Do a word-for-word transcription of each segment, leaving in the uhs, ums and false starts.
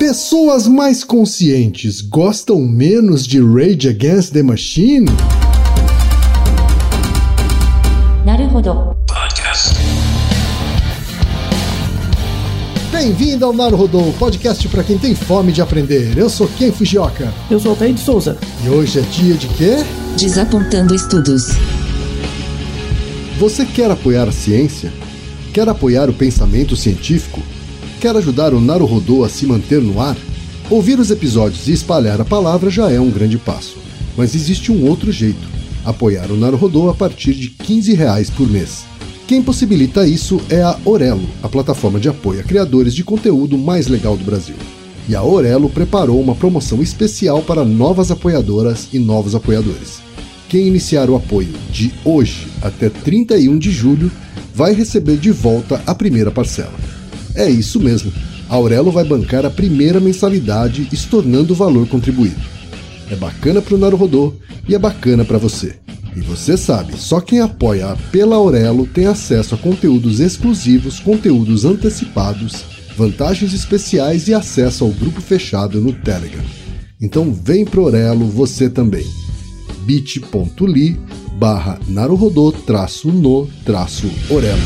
Pessoas mais conscientes gostam menos de Rage Against the Machine? Naruhodo. Bem-vindo ao Naruhodo, podcast para quem tem fome de aprender. Eu sou Ken Fujioka. Eu sou Altair de Souza. E hoje é dia de quê? Desapontando estudos. Você quer apoiar a ciência? Quer apoiar o pensamento científico? Quer ajudar o Naruhodo a se manter no ar? Ouvir os episódios e espalhar a palavra já é um grande passo. Mas existe um outro jeito: apoiar o Naruhodo a partir de quinze reais por mês. Quem possibilita isso é a Orelo, a plataforma de apoio a criadores de conteúdo mais legal do Brasil. E a Orelo preparou uma promoção especial para novas apoiadoras e novos apoiadores. Quem iniciar o apoio de hoje até trinta e um de julho vai receber de volta a primeira parcela. É isso mesmo, a Orelo vai bancar a primeira mensalidade, estornando o valor contribuído. É bacana para o Naruhodo e é bacana para você. E você sabe, só quem apoia pela Orelo tem acesso a conteúdos exclusivos, conteúdos antecipados, vantagens especiais e acesso ao grupo fechado no Telegram. Então vem pro Orelo você também. bit.ly barra Naruhodo traço no traço Orelo.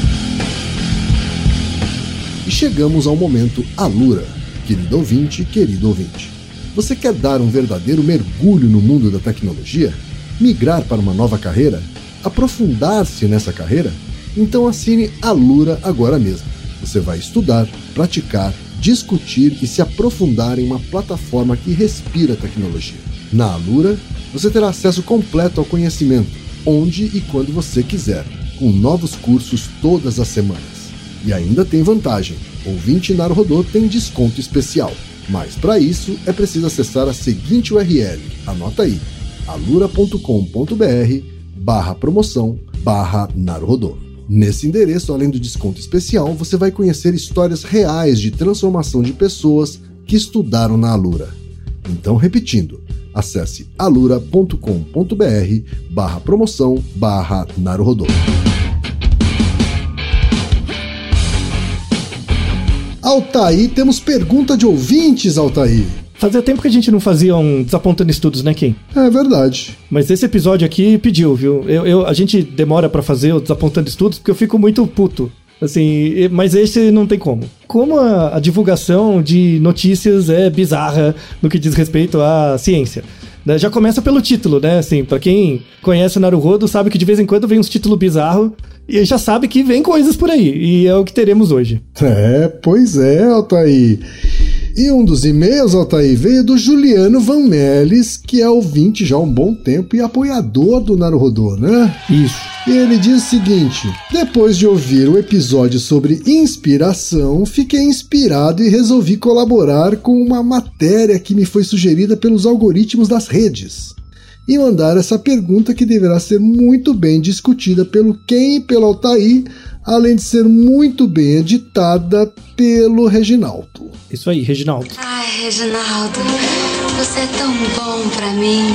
E chegamos ao momento Alura. Querido ouvinte, querido ouvinte. Você quer dar um verdadeiro mergulho no mundo da tecnologia? Migrar para uma nova carreira? Aprofundar-se nessa carreira? Então assine Alura agora mesmo. Você vai estudar, praticar, discutir e se aprofundar em uma plataforma que respira tecnologia. Na Alura, você terá acesso completo ao conhecimento, onde e quando você quiser, com novos cursos todas as semanas. E ainda tem vantagem: ouvinte Naruhodo tem desconto especial. Mas para isso é preciso acessar a seguinte U R L, anota aí: alura.com.br barra promoção barra Naruhodo. Nesse endereço, além do desconto especial, você vai conhecer histórias reais de transformação de pessoas que estudaram na Alura. Então, repetindo, acesse alura.com.br barra promoção barra Naruhodo. Altair, temos pergunta de ouvintes, Altair. Fazia tempo que a gente não fazia um Desapontando Estudos, né, Kim? É verdade. Mas esse episódio aqui pediu, viu? Eu, eu, a gente demora pra fazer o Desapontando Estudos porque eu fico muito puto. Assim, mas esse não tem como. Como a, a divulgação de notícias é bizarra no que diz respeito à ciência. Né? Já começa pelo título, né? Assim, pra quem conhece o Naruhodo sabe que de vez em quando vem uns títulos bizarros e já sabe que vem coisas por aí. E é o que teremos hoje. É, pois é, Altair. E um dos e-mails, Altair, veio do Juliano Van Melis, que é ouvinte já há um bom tempo e apoiador do Naruhodo, né? Isso. E ele diz o seguinte: depois de ouvir o episódio sobre inspiração, fiquei inspirado e resolvi colaborar com uma matéria que me foi sugerida pelos algoritmos das redes. E mandar essa pergunta que deverá ser muito bem discutida pelo Ken e pelo Altair, além de ser muito bem editada pelo Reginaldo. Isso aí, Reginaldo. Ai, Reginaldo, você é tão bom pra mim.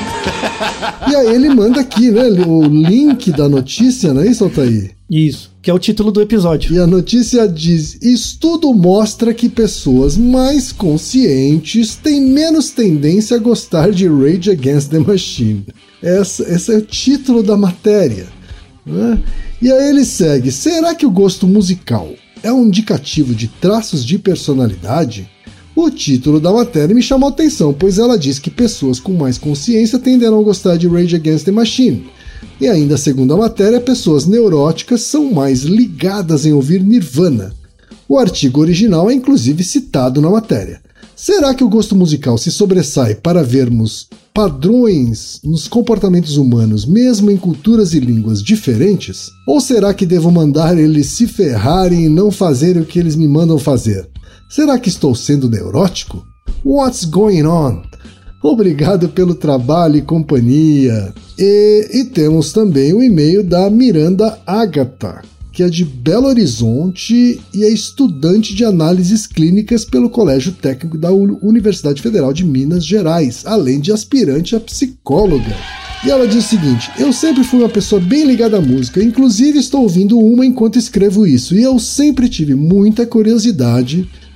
E aí ele manda aqui, né, o link da notícia, não é isso, Altair? Isso, que é o título do episódio. E a notícia diz: estudo mostra que pessoas mais conscientes têm menos tendência a gostar de Rage Against the Machine. Essa, esse é o título da matéria, né? E aí ele segue: será que o gosto musical é um indicativo de traços de personalidade? O título da matéria me chamou a atenção, pois ela diz que pessoas com mais consciência tenderão a gostar de Rage Against the Machine. E ainda segundo a matéria, pessoas neuróticas são mais ligadas em ouvir Nirvana. O artigo original é inclusive citado na matéria. Será que o gosto musical se sobressai para vermos padrões nos comportamentos humanos, mesmo em culturas e línguas diferentes? Ou será que devo mandar eles se ferrarem e não fazerem o que eles me mandam fazer? Será que estou sendo neurótico? What's going on? Obrigado pelo trabalho e companhia. E, e temos também o e-mail da Miranda Agatha, que é de Belo Horizonte e é estudante de análises clínicas pelo Colégio Técnico da Universidade Federal de Minas Gerais, além de aspirante a psicóloga. E ela diz o seguinte: eu sempre fui uma pessoa bem ligada à música, inclusive estou ouvindo uma enquanto escrevo isso, e eu sempre tive muita curiosidade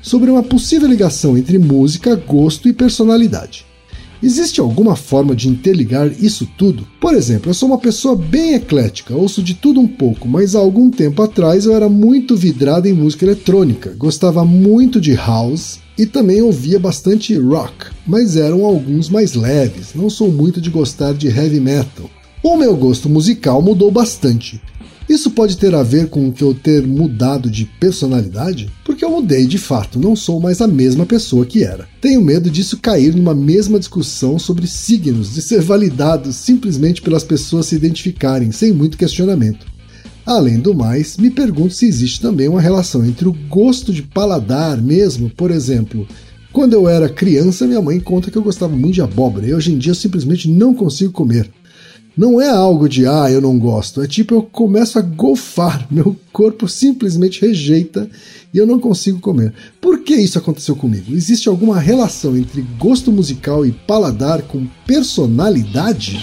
sobre uma possível ligação entre música, gosto e personalidade. Existe alguma forma de interligar isso tudo? Por exemplo, eu sou uma pessoa bem eclética, ouço de tudo um pouco, mas há algum tempo atrás eu era muito vidrado em música eletrônica, gostava muito de house e também ouvia bastante rock, mas eram alguns mais leves, não sou muito de gostar de heavy metal. O meu gosto musical mudou bastante. Isso pode ter a ver com o que eu ter mudado de personalidade? Porque eu mudei de fato, não sou mais a mesma pessoa que era. Tenho medo disso cair numa mesma discussão sobre signos, de ser validado simplesmente pelas pessoas se identificarem, sem muito questionamento. Além do mais, me pergunto se existe também uma relação entre o gosto de paladar mesmo, por exemplo... Quando eu era criança, minha mãe conta que eu gostava muito de abóbora, e hoje em dia eu simplesmente não consigo comer. Não é algo de, ah, eu não gosto. É tipo, eu começo a golfar. Meu corpo simplesmente rejeita e eu não consigo comer. Por que isso aconteceu comigo? Existe alguma relação entre gosto musical e paladar com personalidade?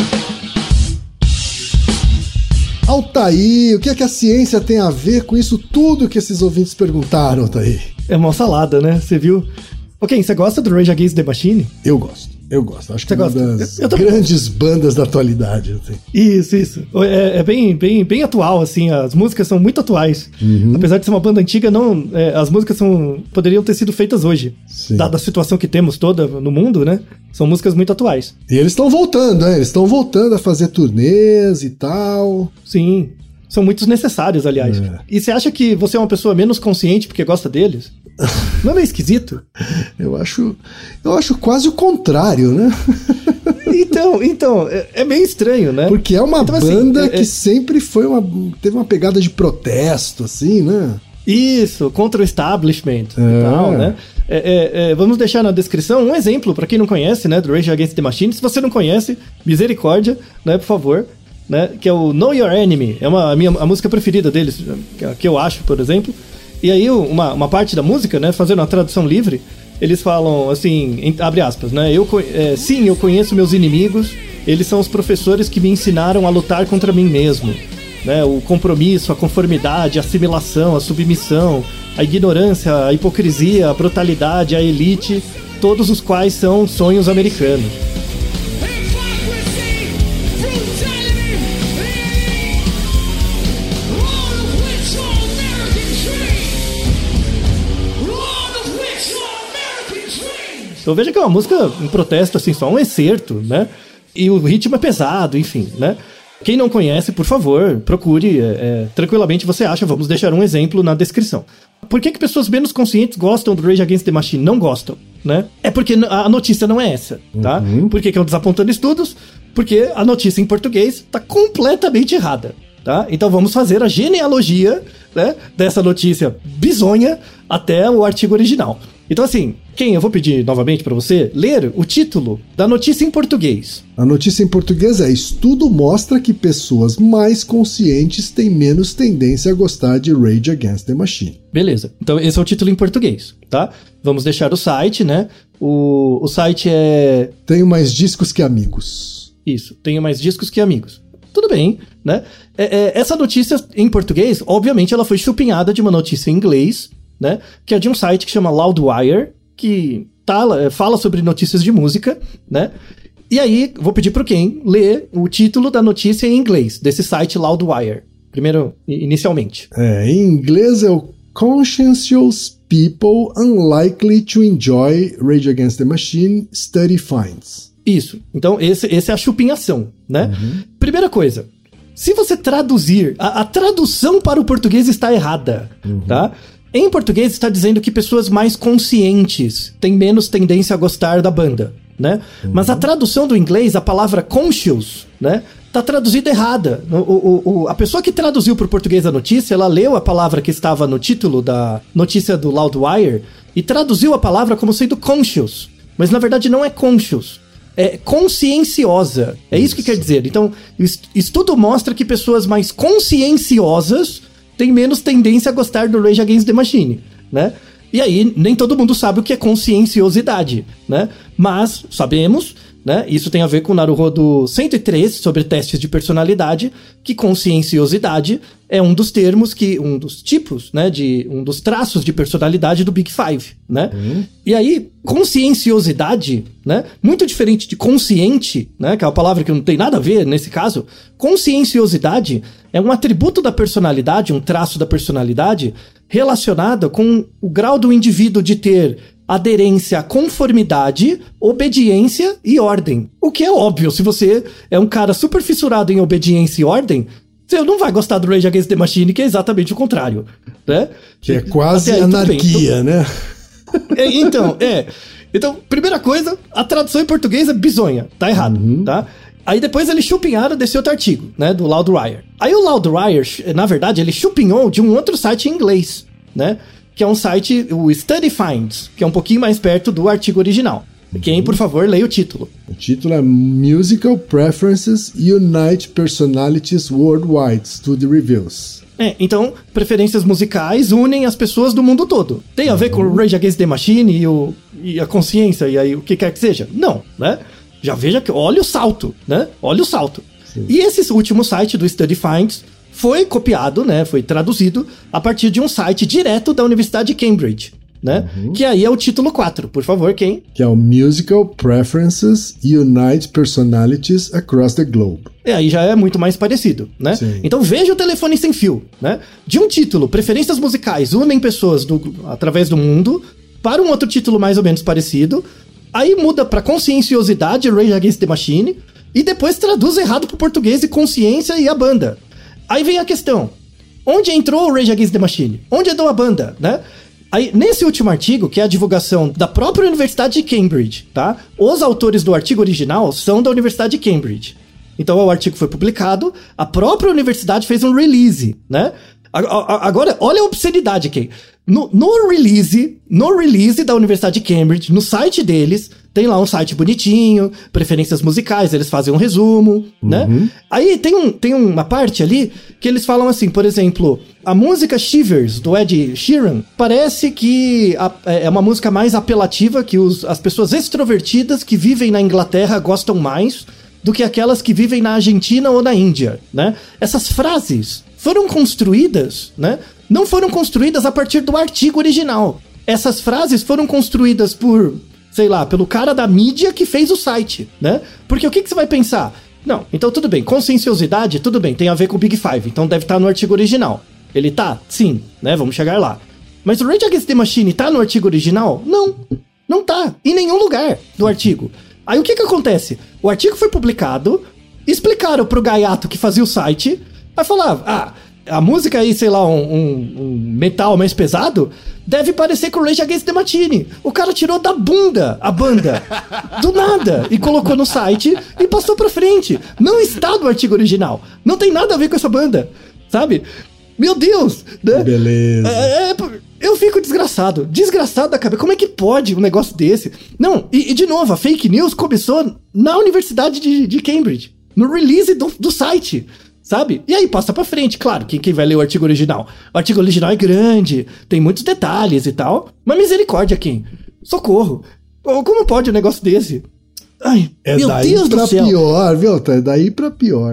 Altair, o que é que a ciência tem a ver com isso tudo que esses ouvintes perguntaram, Altair? É uma salada, né? Você viu? Ok, você gosta do Rage Against the Machine? Eu gosto. Eu gosto, acho que é uma gosta? das eu, eu grandes bandas da atualidade. Assim. Isso, isso. É, é bem, bem, bem atual, assim, as músicas são muito atuais. Uhum. Apesar de ser uma banda antiga, não, é, as músicas são, poderiam ter sido feitas hoje. Sim. Dada a situação que temos toda no mundo, né? São músicas muito atuais. E eles estão voltando, né? Eles estão voltando a fazer turnês e tal. Sim, são muito necessários, aliás. É. E você acha que você é uma pessoa menos consciente porque gosta deles? Não é meio esquisito? Eu acho, eu acho quase o contrário, né? Então, então é, é meio estranho, né? Porque é uma então, banda assim, é, que é... sempre foi uma, teve uma pegada de protesto, assim, né? Isso, contra o establishment é. e tal, né? É, é, é, vamos deixar na descrição um exemplo, pra quem não conhece, né, do Rage Against the Machine. Se você não conhece, misericórdia, né, por favor, né, que é o Know Your Enemy. É uma, a minha a música preferida deles, que eu acho, por exemplo. E aí, uma, uma parte da música, né, fazendo uma tradução livre, eles falam assim, em, abre aspas, né, eu, é, sim, eu conheço meus inimigos, eles são os professores que me ensinaram a lutar contra mim mesmo, né, o compromisso, a conformidade, a assimilação, a submissão, a ignorância, a hipocrisia, a brutalidade, a elite, todos os quais são sonhos americanos. Então veja que é uma música, um protesto, assim, só um excerto, né? E o ritmo é pesado, enfim, né? Quem não conhece, por favor, procure, é, é, tranquilamente você acha, vamos deixar um exemplo na descrição. Por que que pessoas menos conscientes gostam do Rage Against the Machine? Não gostam, né? É porque a notícia não é essa, tá? Uhum. Por que que eu desapontando estudos? Porque a notícia em português tá completamente errada, tá? Então vamos fazer a genealogia, né, dessa notícia bizonha até o artigo original. Então assim, quem eu vou pedir novamente para você ler o título da notícia em português. A notícia em português é: estudo mostra que pessoas mais conscientes têm menos tendência a gostar de Rage Against the Machine. Beleza, então esse é o título em português, tá? Vamos deixar o site, né? O, o site é... Tenho mais discos que amigos. Isso, tenho mais discos que amigos. Tudo bem, né? É, é, essa notícia em português, obviamente ela foi chupinhada de uma notícia em inglês, né? Que é de um site que chama Loudwire, que tá, fala sobre notícias de música, né? E aí, vou pedir para quem ler o título da notícia em inglês, desse site Loudwire. Primeiro, inicialmente. É, em inglês é o Conscientious People Unlikely to Enjoy Rage Against the Machine Study Finds. Isso. Então, esse, esse é a chupinhação, né? Uhum. Primeira coisa, se você traduzir, a, a tradução para o português está errada, uhum. tá? Em português está dizendo que pessoas mais conscientes têm menos tendência a gostar da banda, né? Uhum. Mas a tradução do inglês, a palavra conscious, né, tá traduzida errada. O, o, o, a pessoa que traduziu para o português a notícia, ela leu a palavra que estava no título da notícia do Loudwire e traduziu a palavra como sendo conscious. Mas na verdade não é conscious, é conscienciosa. É isso que quer dizer. Então, o estudo mostra que pessoas mais conscienciosas tem menos tendência a gostar do Rage Against the Machine, né? E aí, nem todo mundo sabe o que é conscienciosidade, né? Mas sabemos né? Isso tem a ver com o Naruhodo cento e três, sobre testes de personalidade, que conscienciosidade é um dos termos, que um dos tipos, né, de um dos traços de personalidade do Big Five, né? Uhum. E aí, conscienciosidade, né, muito diferente de consciente, né, que é uma palavra que não tem nada a ver nesse caso. Conscienciosidade é um atributo da personalidade, um traço da personalidade relacionado com o grau do indivíduo de ter aderência, conformidade, obediência e ordem. O que é óbvio, se você é um cara super fissurado em obediência e ordem, você não vai gostar do Rage Against the Machine, que é exatamente o contrário, né? Que é quase aí, anarquia, né? É, então, é. Então, primeira coisa, a tradução em português é bizonha, tá errado, uhum. tá? Aí depois eles chupinharam desse outro artigo, né, do Loudwire. Aí o Loudwire, na verdade, ele chupinhou de um outro site em inglês, né? Que é um site, o Study Finds, que é um pouquinho mais perto do artigo original. Quem, por favor, leia o título. O título é Musical Preferences Unite Personalities Worldwide, Study Reviews. É, então, preferências musicais unem as pessoas do mundo todo. Tem a ver com o Rage Against the Machine e, o, e a consciência e aí o que quer que seja? Não, né? Já veja que, olha o salto, né? Olha o salto. Sim. E esse último site do Study Finds foi copiado, né? Foi traduzido a partir de um site direto da Universidade de Cambridge, né? Uhum. Que aí é o título quatro, por favor, quem? Que é o Musical Preferences Unite Personalities Across the Globe. E aí já é muito mais parecido, né? Sim. Então veja o telefone sem fio, né? De um título, preferências musicais unem pessoas do, através do mundo, para um outro título mais ou menos parecido, aí muda pra conscienciosidade, Rage Against the Machine, e depois traduz errado pro português e consciência e a banda. Aí vem a questão, onde entrou o Rage Against the Machine? Onde entrou a banda, né? Aí, nesse último artigo, que é a divulgação da própria Universidade de Cambridge, tá? Os autores do artigo original são da Universidade de Cambridge. Então, o artigo foi publicado, a própria universidade fez um release, né? Agora, olha a obscenidade, Ken. No, no release, no release da Universidade de Cambridge, no site deles, tem lá um site bonitinho, preferências musicais, eles fazem um resumo, uhum. né? Aí tem, um, tem uma parte ali que eles falam assim, por exemplo, a música Shivers, do Ed Sheeran, parece que a, é uma música mais apelativa, que os, as pessoas extrovertidas que vivem na Inglaterra gostam mais do que aquelas que vivem na Argentina ou na Índia, né? Essas frases foram construídas, né? Não foram construídas a partir do artigo original. Essas frases foram construídas por, sei lá, pelo cara da mídia que fez o site, né? Porque o que, que você vai pensar? Não, então tudo bem, conscienciosidade, tudo bem, tem a ver com o Big Five, então deve estar no artigo original. Ele tá? Sim, né? Vamos chegar lá. Mas o Rage Against the Machine tá no artigo original? Não, não tá, em nenhum lugar do artigo. Aí o que que acontece? O artigo foi publicado, explicaram pro gaiato que fazia o site, aí falaram, ah, a música aí, sei lá, um, um, um metal mais pesado, deve parecer com o Rage Against the Machine. O cara tirou da bunda a banda, do nada, e colocou no site e passou pra frente. Não está no artigo original, não tem nada a ver com essa banda, sabe? Meu Deus, né? Beleza. É, é, eu fico desgraçado, desgraçado da cabeça. Como é que pode um negócio desse? Não, e, e de novo, a fake news começou na Universidade de, de Cambridge, no release do, do site, sabe? E aí passa pra frente, claro, quem, quem vai ler o artigo original? O artigo original é grande, tem muitos detalhes e tal, mas misericórdia, quem? Socorro. Como pode um negócio desse? Ai, é meu daí Deus pra do céu. pior, viu? É daí pra pior.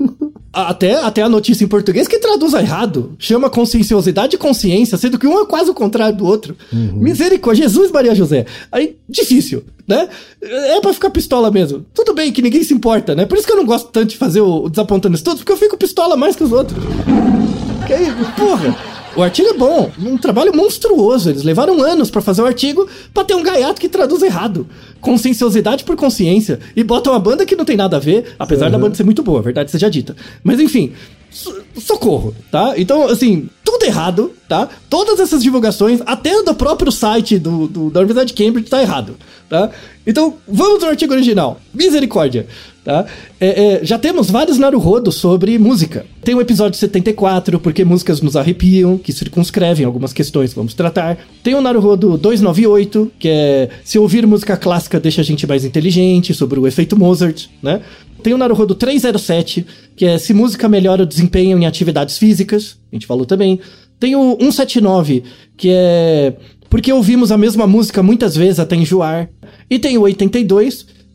Até, até a notícia em português que traduz errado. Chama conscienciosidade e consciência, sendo que um é quase o contrário do outro. Uhum. Misericórdia, Jesus Maria José. Aí, difícil, né? É pra ficar pistola mesmo. Tudo bem que ninguém se importa, né? Por isso que eu não gosto tanto de fazer o, o Desapontando Estudos, porque eu fico pistola mais que os outros. Que aí, porra... O artigo é bom, um trabalho monstruoso. Eles levaram anos pra fazer o artigo pra ter um gaiato que traduz errado. Conscienciosidade por consciência. E botam uma banda que não tem nada a ver, apesar uhum. da banda ser muito boa, a verdade seja dita. Mas enfim, so- socorro, tá? Então, assim, tudo errado, tá? Todas essas divulgações, até do próprio site do, do, da Universidade de Cambridge, tá errado, tá? Então, vamos ao artigo original. Misericórdia. Tá? É, é, já temos vários Naruhodos sobre música. Tem o episódio setenta e quatro, Porque Músicas Nos Arrepiam, que circunscrevem algumas questões que vamos tratar. Tem o Naruhodo duzentos e noventa e oito, que é Se Ouvir Música Clássica Deixa a Gente Mais Inteligente, sobre o efeito Mozart, né? Tem o Naruhodo trezentos e sete, que é Se Música Melhora o Desempenho em Atividades Físicas, a gente falou também. Tem o cento e setenta e nove, que é Porque Ouvimos a Mesma Música Muitas Vezes Até Enjoar. E tem o oitenta e dois,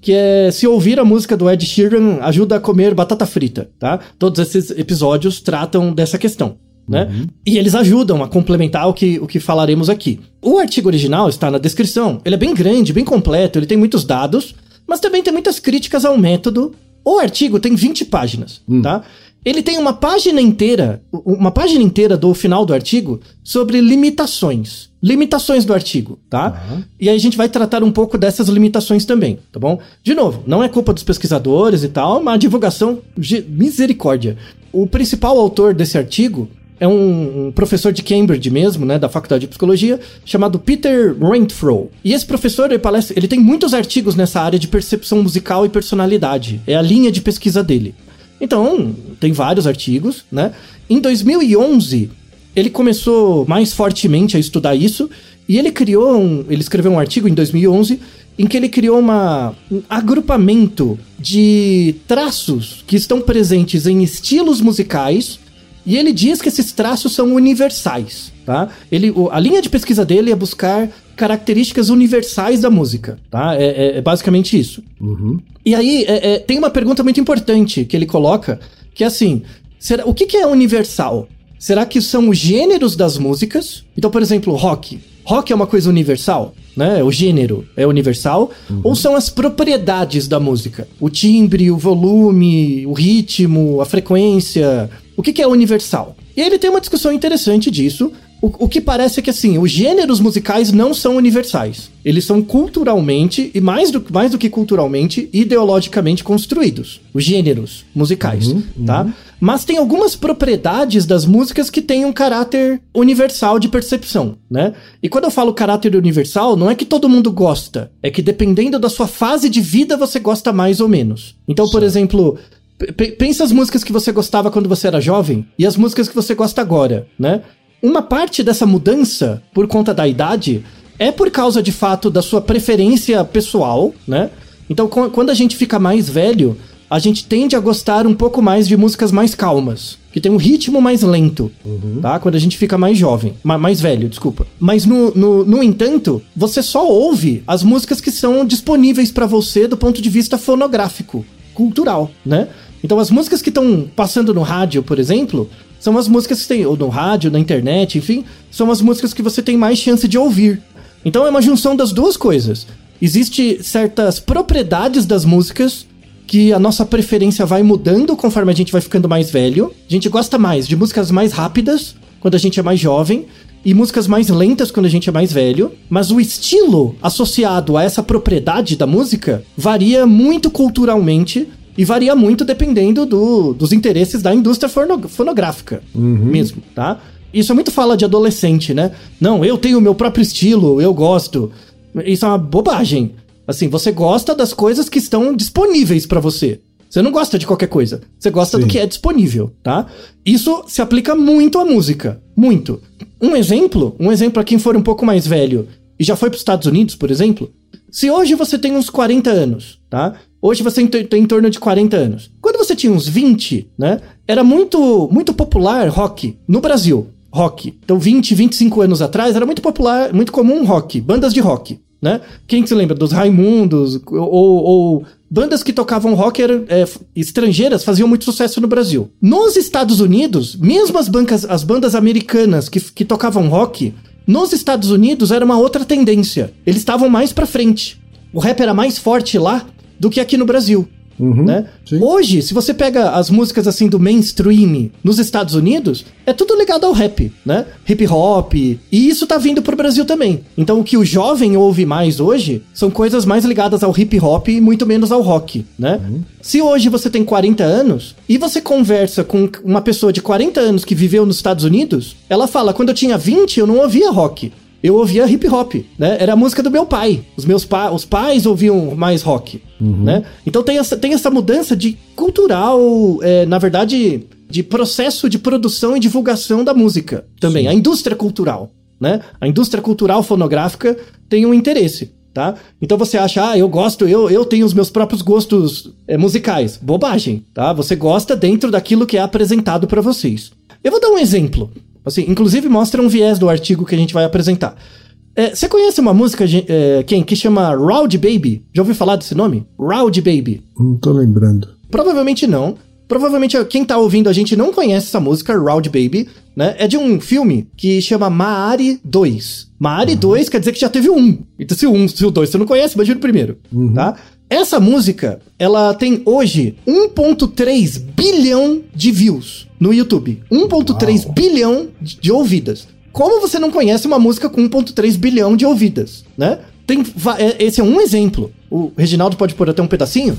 que é se ouvir a música do Ed Sheeran ajuda a comer batata frita, tá? Todos esses episódios tratam dessa questão, né? Uhum. E eles ajudam a complementar o que, o que falaremos aqui. O artigo original está na descrição, ele é bem grande, bem completo, ele tem muitos dados, mas também tem muitas críticas ao método. O artigo tem vinte páginas, hum. tá? Ele tem uma página inteira, uma página inteira do final do artigo sobre limitações. Limitações do artigo, tá? Uhum. E aí a gente vai tratar um pouco dessas limitações também, tá bom? De novo, não é culpa dos pesquisadores e tal, mas a divulgação, misericórdia. O principal autor desse artigo é um, um professor de Cambridge mesmo, né, da Faculdade de Psicologia, chamado Peter Renfro. E esse professor, ele, palestra, ele tem muitos artigos nessa área de percepção musical e personalidade. É a linha de pesquisa dele. Então, tem vários artigos, né? Em dois mil e onze, ele começou mais fortemente a estudar isso, e ele criou um, ele escreveu um artigo em dois mil e onze, em que ele criou uma, um agrupamento de traços que estão presentes em estilos musicais, e ele diz que esses traços são universais, tá? Ele, a linha de pesquisa dele é buscar características universais da música, tá? É, é, é basicamente isso. Uhum. E aí, é, é, tem uma pergunta muito importante que ele coloca, que é assim, será, o que, que é universal? Será que são os gêneros das músicas? Então, por exemplo, rock. Rock é uma coisa universal, né? O gênero é universal. Uhum. Ou são as propriedades da música? O timbre, o volume, o ritmo, a frequência. O que, que é universal? E aí ele tem uma discussão interessante disso. O, o que parece é que, assim, os gêneros musicais não são universais. Eles são culturalmente, e mais do, mais do que culturalmente, ideologicamente construídos. Os gêneros musicais, uhum, tá? Uhum. Mas tem algumas propriedades das músicas que têm um caráter universal de percepção, né? E quando eu falo caráter universal, não é que todo mundo gosta. É que dependendo da sua fase de vida, você gosta mais ou menos. Então, por exemplo... P- pensa as músicas que você gostava quando você era jovem e as músicas que você gosta agora, né? Uma parte dessa mudança, por conta da idade, é por causa, de fato, da sua preferência pessoal, né? Então, co- quando a gente fica mais velho, a gente tende a gostar um pouco mais de músicas mais calmas, que tem um ritmo mais lento, uhum. tá? Quando a gente fica mais jovem, ma- mais velho, desculpa. Mas, no, no, no entanto, você só ouve as músicas que são disponíveis pra você do ponto de vista fonográfico, cultural, né? Então as músicas que estão passando no rádio, por exemplo, são as músicas que tem, ou no rádio, na internet, enfim, são as músicas que você tem mais chance de ouvir. Então é uma junção das duas coisas. Existem certas propriedades das músicas que a nossa preferência vai mudando conforme a gente vai ficando mais velho. A gente gosta mais de músicas mais rápidas quando a gente é mais jovem e músicas mais lentas quando a gente é mais velho, mas o estilo associado a essa propriedade da música varia muito culturalmente e varia muito dependendo do, dos interesses da indústria fono, fonográfica uhum. mesmo, tá? Isso é muito fala de adolescente, né? Não, eu tenho o meu próprio estilo, eu gosto. Isso é uma bobagem. Assim, você gosta das coisas que estão disponíveis pra você. Você não gosta de qualquer coisa. Você gosta Sim. do que é disponível, tá? Isso se aplica muito à música. Muito. Um exemplo, um exemplo a quem for um pouco mais velho e já foi pros Estados Unidos, por exemplo. Se hoje você tem uns quarenta anos, tá? Hoje você tem em torno de quarenta anos. Quando você tinha uns vinte, né? Era muito, muito popular rock no Brasil. Rock. Então vinte, vinte e cinco anos atrás era muito popular, muito comum rock. Bandas de rock, né? Quem se lembra? Dos Raimundos ou... ou bandas que tocavam rock eram, é, estrangeiras faziam muito sucesso no Brasil. Nos Estados Unidos, mesmo as, bancas, as bandas americanas que, que tocavam rock, nos Estados Unidos era uma outra tendência. Eles estavam mais pra frente. O rap era mais forte lá do que aqui no Brasil. Uhum, né? Hoje, se você pega as músicas assim do mainstream nos Estados Unidos, é tudo ligado ao rap, né? Hip hop, e isso tá vindo pro Brasil também. Então o que o jovem ouve mais hoje são coisas mais ligadas ao hip hop e muito menos ao rock, né? Uhum. Se hoje você tem quarenta anos e você conversa com uma pessoa de quarenta anos que viveu nos Estados Unidos, ela fala, quando eu tinha vinte eu não ouvia rock. Eu ouvia hip hop, né? Era a música do meu pai. Os meus pa- os pais ouviam mais rock, uhum. né? Então tem essa, tem essa mudança de cultural, é, na verdade, de processo de produção e divulgação da música também. Sim. A indústria cultural, né? A indústria cultural fonográfica tem um interesse, tá? Então você acha, ah, eu gosto, eu, eu tenho os meus próprios gostos é, musicais. Bobagem, tá? Você gosta dentro daquilo que é apresentado pra vocês. Eu vou dar um exemplo. Assim, inclusive mostra um viés do artigo que a gente vai apresentar. É, você conhece uma música, é, quem, que chama Rowdy Baby? Já ouviu falar desse nome? Rowdy Baby. Não tô lembrando. Provavelmente não. Provavelmente quem tá ouvindo a gente não conhece essa música, Rowdy Baby, né? É de um filme que chama Maari dois. Maari uhum. dois quer dizer que já teve o um. Então se o um, se o dois você não conhece, imagina o primeiro, uhum. tá? Essa música, ela tem hoje um ponto três bilhão de views no YouTube. um ponto três bilhão de, de ouvidas. Como você não conhece uma música com um ponto três bilhão de ouvidas, né? Tem, esse é um exemplo. O Reginaldo pode pôr até um pedacinho.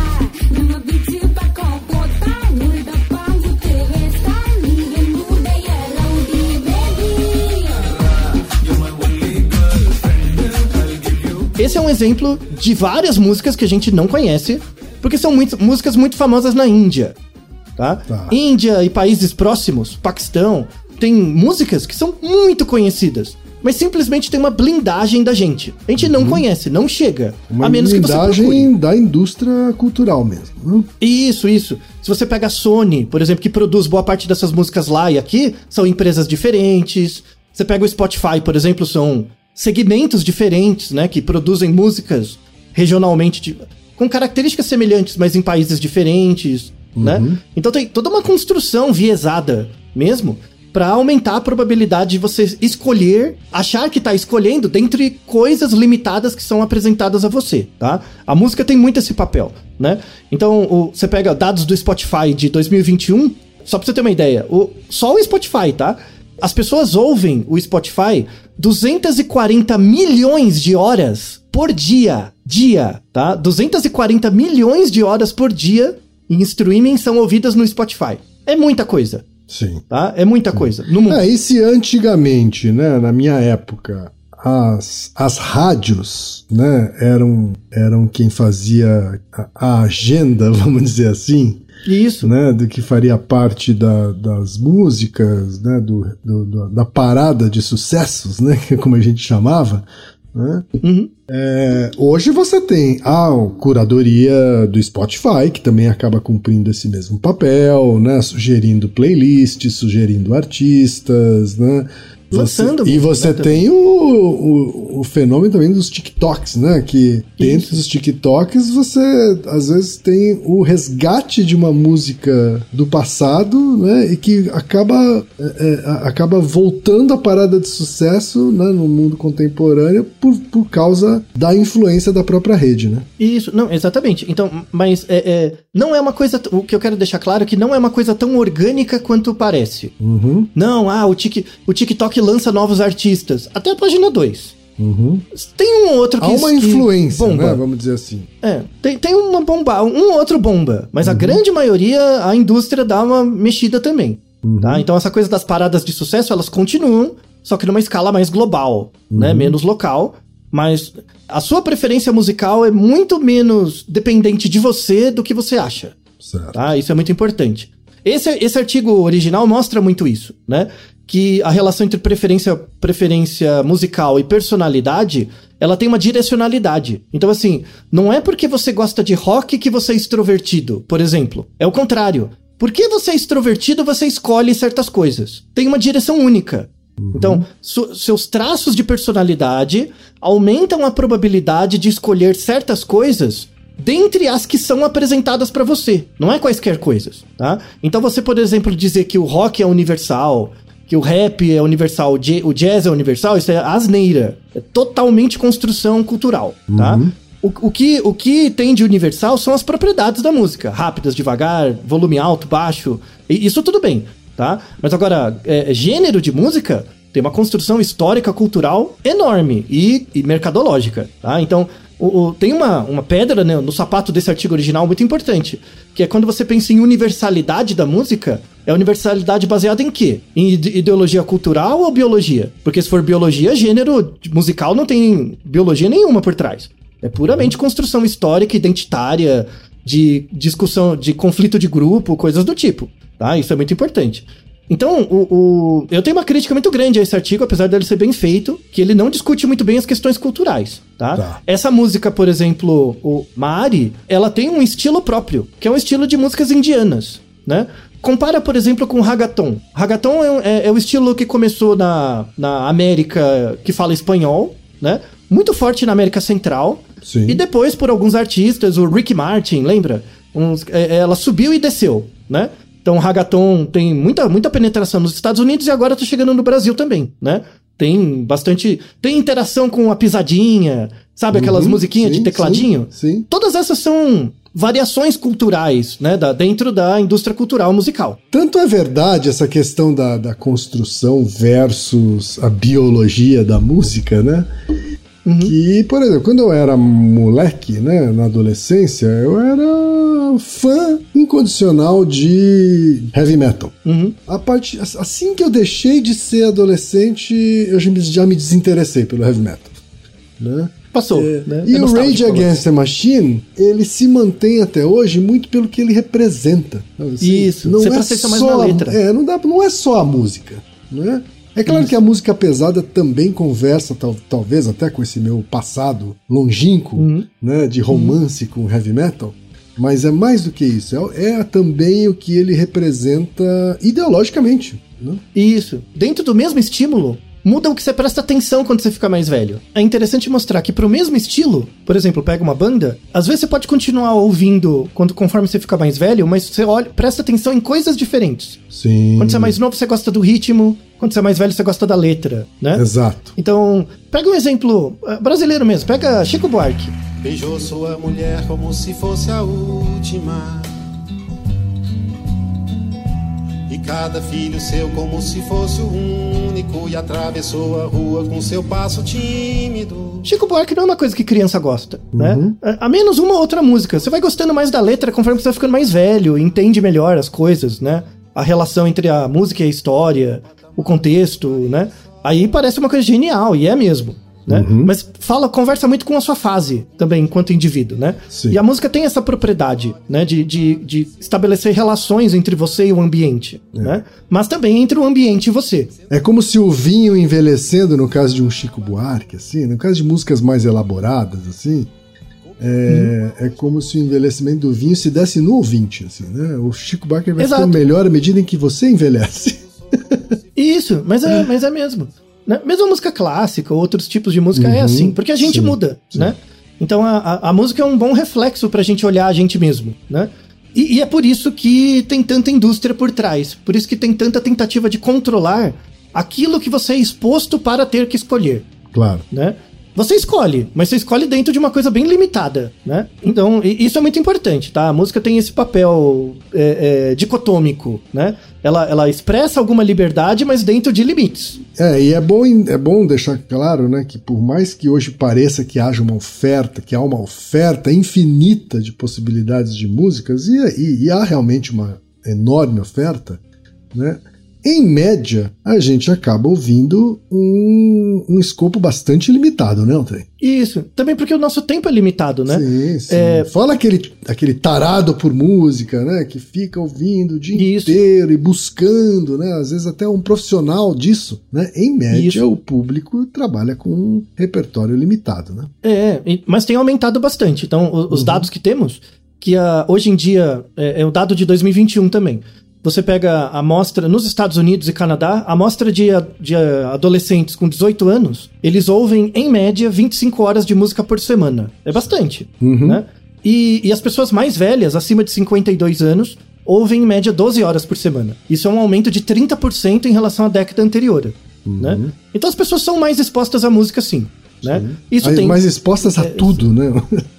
Esse é um exemplo de várias músicas que a gente não conhece, porque são muito, músicas muito famosas na Índia, tá? tá? Índia e países próximos, Paquistão, tem músicas que são muito conhecidas, mas simplesmente tem uma blindagem da gente. A gente uhum. não conhece, não chega. Uma a menos que você blindagem da indústria cultural mesmo. Né? Isso, isso. Se você pega a Sony, por exemplo, que produz boa parte dessas músicas lá e aqui, são empresas diferentes. Você pega o Spotify, por exemplo, são segmentos diferentes, né, que produzem músicas regionalmente de, com características semelhantes, mas em países diferentes, uhum. né? Então tem toda uma construção viesada mesmo para aumentar a probabilidade de você escolher, achar que tá escolhendo dentre coisas limitadas que são apresentadas a você, tá? A música tem muito esse papel, né? Então, o, você pega dados do Spotify de dois mil e vinte e um, só pra você ter uma ideia, o, só o Spotify, tá? As pessoas ouvem o Spotify duzentos e quarenta milhões de horas por dia. Dia, tá? duzentos e quarenta milhões de horas por dia em streaming são ouvidas no Spotify. É muita coisa. Sim. Tá? É muita Sim. coisa. No mundo. É, e se antigamente, né, na minha época, as, as rádios, né, eram, eram quem fazia a, a agenda, vamos dizer assim, isso, né, do que faria parte da, das músicas, né, do, do, do, da parada de sucessos, né, como a gente chamava, né? Uhum. É, hoje você tem a curadoria do Spotify, que também acaba cumprindo esse mesmo papel, né, sugerindo playlists, sugerindo artistas, né? Lançando você, e você tem o, o, o fenômeno também dos TikToks, né? Que dentro Isso. dos TikToks você às vezes tem o resgate de uma música do passado, né? E que acaba, é, é, acaba voltando a parada de sucesso, né, no mundo contemporâneo por, por causa da influência da própria rede, né? Isso, não, exatamente. Então, mas é, é, não é uma coisa. O que eu quero deixar claro é que não é uma coisa tão orgânica quanto parece. Uhum. Não, ah, o, tic, o TikTok que lança novos artistas. Até a página dois. Uhum. Tem um outro que... Há uma influência, bomba. Né? Vamos dizer assim. É, tem, tem uma bomba, um outro bomba. Mas uhum. a grande maioria, a indústria dá uma mexida também. Uhum. Tá? Então essa coisa das paradas de sucesso, elas continuam, só que numa escala mais global, uhum. né? Menos local. Mas a sua preferência musical é muito menos dependente de você do que você acha. Certo. Tá? Isso é muito importante. Esse, esse artigo original mostra muito isso, né? Que a relação entre preferência, preferência musical e personalidade, ela tem uma direcionalidade. Então, assim, não é porque você gosta de rock que você é extrovertido, por exemplo. É o contrário. Porque você é extrovertido, você escolhe certas coisas. Tem uma direção única. Uhum. Então, su- seus traços de personalidade aumentam a probabilidade de escolher certas coisas dentre as que são apresentadas pra você. Não é quaisquer coisas, tá? Então, você, por exemplo, dizer que o rock é universal, que o rap é universal, o jazz é universal, isso é asneira. É totalmente construção cultural, tá? Uhum. O, o, que, o que tem de universal são as propriedades da música. Rápidas, devagar, volume alto, baixo. Isso tudo bem, tá? Mas agora, é, gênero de música tem uma construção histórica, cultural enorme e, e mercadológica, tá? Então, o, o, tem uma, uma pedra, né, no sapato desse artigo original muito importante, que é quando você pensa em universalidade da música, é universalidade baseada em quê? Em ideologia cultural ou biologia? Porque se for biologia, gênero musical não tem biologia nenhuma por trás. É puramente construção histórica, identitária, de discussão, de conflito de grupo, coisas do tipo, tá? Isso é muito importante. Então, o, o, eu tenho uma crítica muito grande a esse artigo, apesar dele ser bem feito, que ele não discute muito bem as questões culturais, tá? tá. Essa música, por exemplo, o Maari, ela tem um estilo próprio, que é um estilo de músicas indianas, né? Compara, por exemplo, com o Ragaton. Ragaton é, é, é o estilo que começou na, na América que fala espanhol, né? Muito forte na América Central. Sim. E depois, por alguns artistas, o Ricky Martin, lembra? Uns, é, ela subiu e desceu, né? Então o Ragaton tem muita, muita penetração nos Estados Unidos e agora tá chegando no Brasil também, né? Tem bastante... Tem interação com a pisadinha, sabe? Aquelas Uhum, musiquinhas sim, de tecladinho. Sim, sim. Todas essas são variações culturais, né? Da, dentro da indústria cultural musical. Tanto é verdade essa questão da, da construção versus a biologia da música, né? Uhum. Que, por exemplo, quando eu era moleque, né, na adolescência, eu era fã incondicional de heavy metal. Uhum. A parte, assim que eu deixei de ser adolescente, eu já me, já me desinteressei pelo heavy metal, né? Passou, É, né? E É o Rage nostálgico, Against the Machine, ele se mantém até hoje muito pelo que ele representa. Assim, Isso, não você é presta atenção mais só na a- letra. É, não, dá, não é só a música, né? É claro Isso. que a música pesada também conversa, tal, talvez até com esse meu passado longínquo, Uhum. né, de romance com heavy metal, mas é mais do que isso, é, é também o que ele representa ideologicamente, né? Isso. Dentro do mesmo estímulo, muda o que você presta atenção quando você fica mais velho. É interessante mostrar que pro mesmo estilo, por exemplo, pega uma banda, às vezes você pode continuar ouvindo quando, conforme você fica mais velho, mas você olha, presta atenção em coisas diferentes. Sim. Quando você é mais novo, você gosta do ritmo. Quando você é mais velho, você gosta da letra, né? Exato. Então, pega um exemplo uh, brasileiro mesmo. Pega Chico Buarque. Beijou sua mulher como se fosse a última. E cada filho seu como se fosse o único. E atravessou a rua com seu passo tímido. Chico Buarque não é uma coisa que criança gosta, Uhum. né? A, a menos uma outra música. Você vai gostando mais da letra conforme você vai ficando mais velho, entende melhor as coisas, né? A relação entre a música e a história, o contexto, né? Aí parece uma coisa genial, e é mesmo, né? Uhum. Mas fala, conversa muito com a sua fase também, enquanto indivíduo, né? Sim. E a música tem essa propriedade, né? De, de, de estabelecer relações entre você e o ambiente, É. né? Mas também entre o ambiente e você. É como se o vinho envelhecendo, no caso de um Chico Buarque, assim, no caso de músicas mais elaboradas, assim, é, é como se o envelhecimento do vinho se desse no ouvinte, assim, né? O Chico Buarque vai Exato. ficando melhor à medida em que você envelhece. Isso, mas é, mas é mesmo. Né? Mesmo a música clássica, outros tipos de música é Uhum, assim, porque a gente sim, muda, sim. né? Então a, a, a música é um bom reflexo pra gente olhar a gente mesmo, né? E, e é por isso que tem tanta indústria por trás, por isso que tem tanta tentativa de controlar aquilo que você é exposto para ter que escolher, Claro. né? Você escolhe, mas você escolhe dentro de uma coisa bem limitada, né? Então, i- isso é muito importante, tá? A música tem esse papel é, é, dicotômico, né? Ela, ela expressa alguma liberdade, mas dentro de limites. É, e é bom, é bom deixar claro, né, que por mais que hoje pareça que haja uma oferta, que há uma oferta infinita de possibilidades de músicas, e, e, e há realmente uma enorme oferta, né? Em média, a gente acaba ouvindo um, um escopo bastante limitado, né, André? Isso. Também porque o nosso tempo é limitado, né? Sim, sim. É- Fala aquele, aquele tarado por música, né? Que fica ouvindo o dia Isso. inteiro e buscando, né? Às vezes até um profissional disso, né? Em média, Isso. o público trabalha com um repertório limitado, né? É, e- mas tem aumentado bastante. Então, o- os dados que temos, que a, hoje em dia, é, é o dado de dois mil e vinte e um também. Você pega a amostra nos Estados Unidos e Canadá, a amostra de, a- de a- adolescentes com dezoito anos, eles ouvem, em média, vinte e cinco horas de música por semana. É bastante, Uhum. né? E, e as pessoas mais velhas, acima de cinquenta e dois anos, ouvem, em média, doze horas por semana. Isso é um aumento de trinta por cento em relação à década anterior, né? Então as pessoas são mais expostas à música, sim, né? Isso Aí, tem... mais expostas a tudo, né?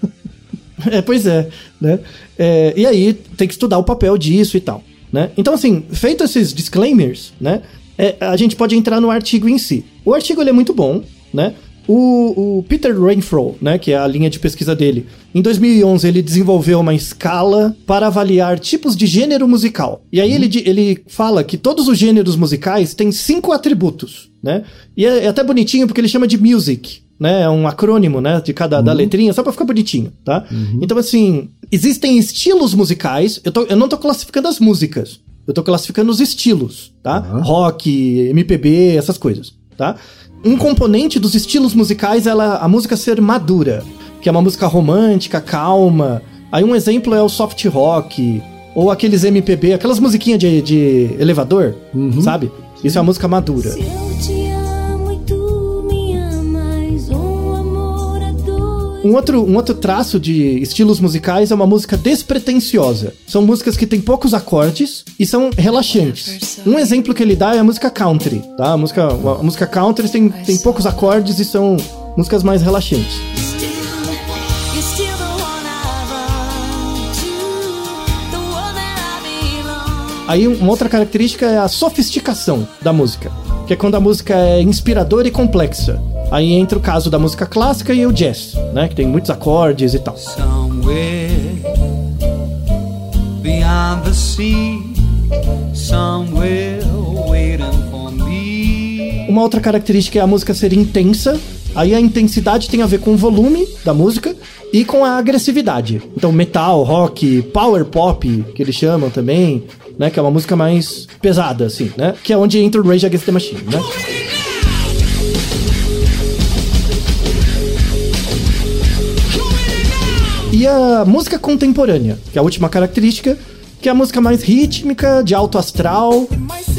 É, pois é, né? É, e aí tem que estudar o papel disso e tal, né? Então, assim, feito esses disclaimers, né? É, a gente pode entrar no artigo em si. O artigo ele é muito bom, né? O, o Peter Renfro, né, que é a linha de pesquisa dele, em dois mil e onze ele desenvolveu uma escala para avaliar tipos de gênero musical. E aí ele, di- ele fala que todos os gêneros musicais têm cinco atributos, né? E é, é até bonitinho porque ele chama de music, né? É um acrônimo, né, de cada da letrinha, só pra ficar bonitinho, tá? Então, assim, existem estilos musicais, eu, tô, eu não tô classificando as músicas, eu tô classificando os estilos, tá? Uhum. Rock, M P B, essas coisas, tá? Um componente dos estilos musicais é ela, a música ser madura, que é uma música romântica, calma. Aí um exemplo é o soft rock, ou aqueles M P B, aquelas musiquinhas de, de elevador, uhum. sabe? Isso é uma música madura. Se eu te amo e tu me amas, um amor a dois. Um outro, um outro traço de estilos musicais é uma música despretensiosa. São músicas que têm poucos acordes e são relaxantes. Um exemplo que ele dá é a música country, tá? A música, a música country tem, tem poucos acordes e são músicas mais relaxantes. Aí uma outra característica é a sofisticação da música, que é quando a música é inspiradora e complexa. Aí entra o caso da música clássica e o jazz, né, que tem muitos acordes e tal. Somewhere beyond the sea, somewhere waiting for me. Uma outra característica é a música ser intensa. Aí a intensidade tem a ver com o volume da música e com a agressividade. Então metal, rock, power pop, que eles chamam também, né, que é uma música mais pesada, assim, né, que é onde entra o Rage Against the Machine, né. E a música contemporânea, que é a última característica, que é a música mais rítmica, de alto astral.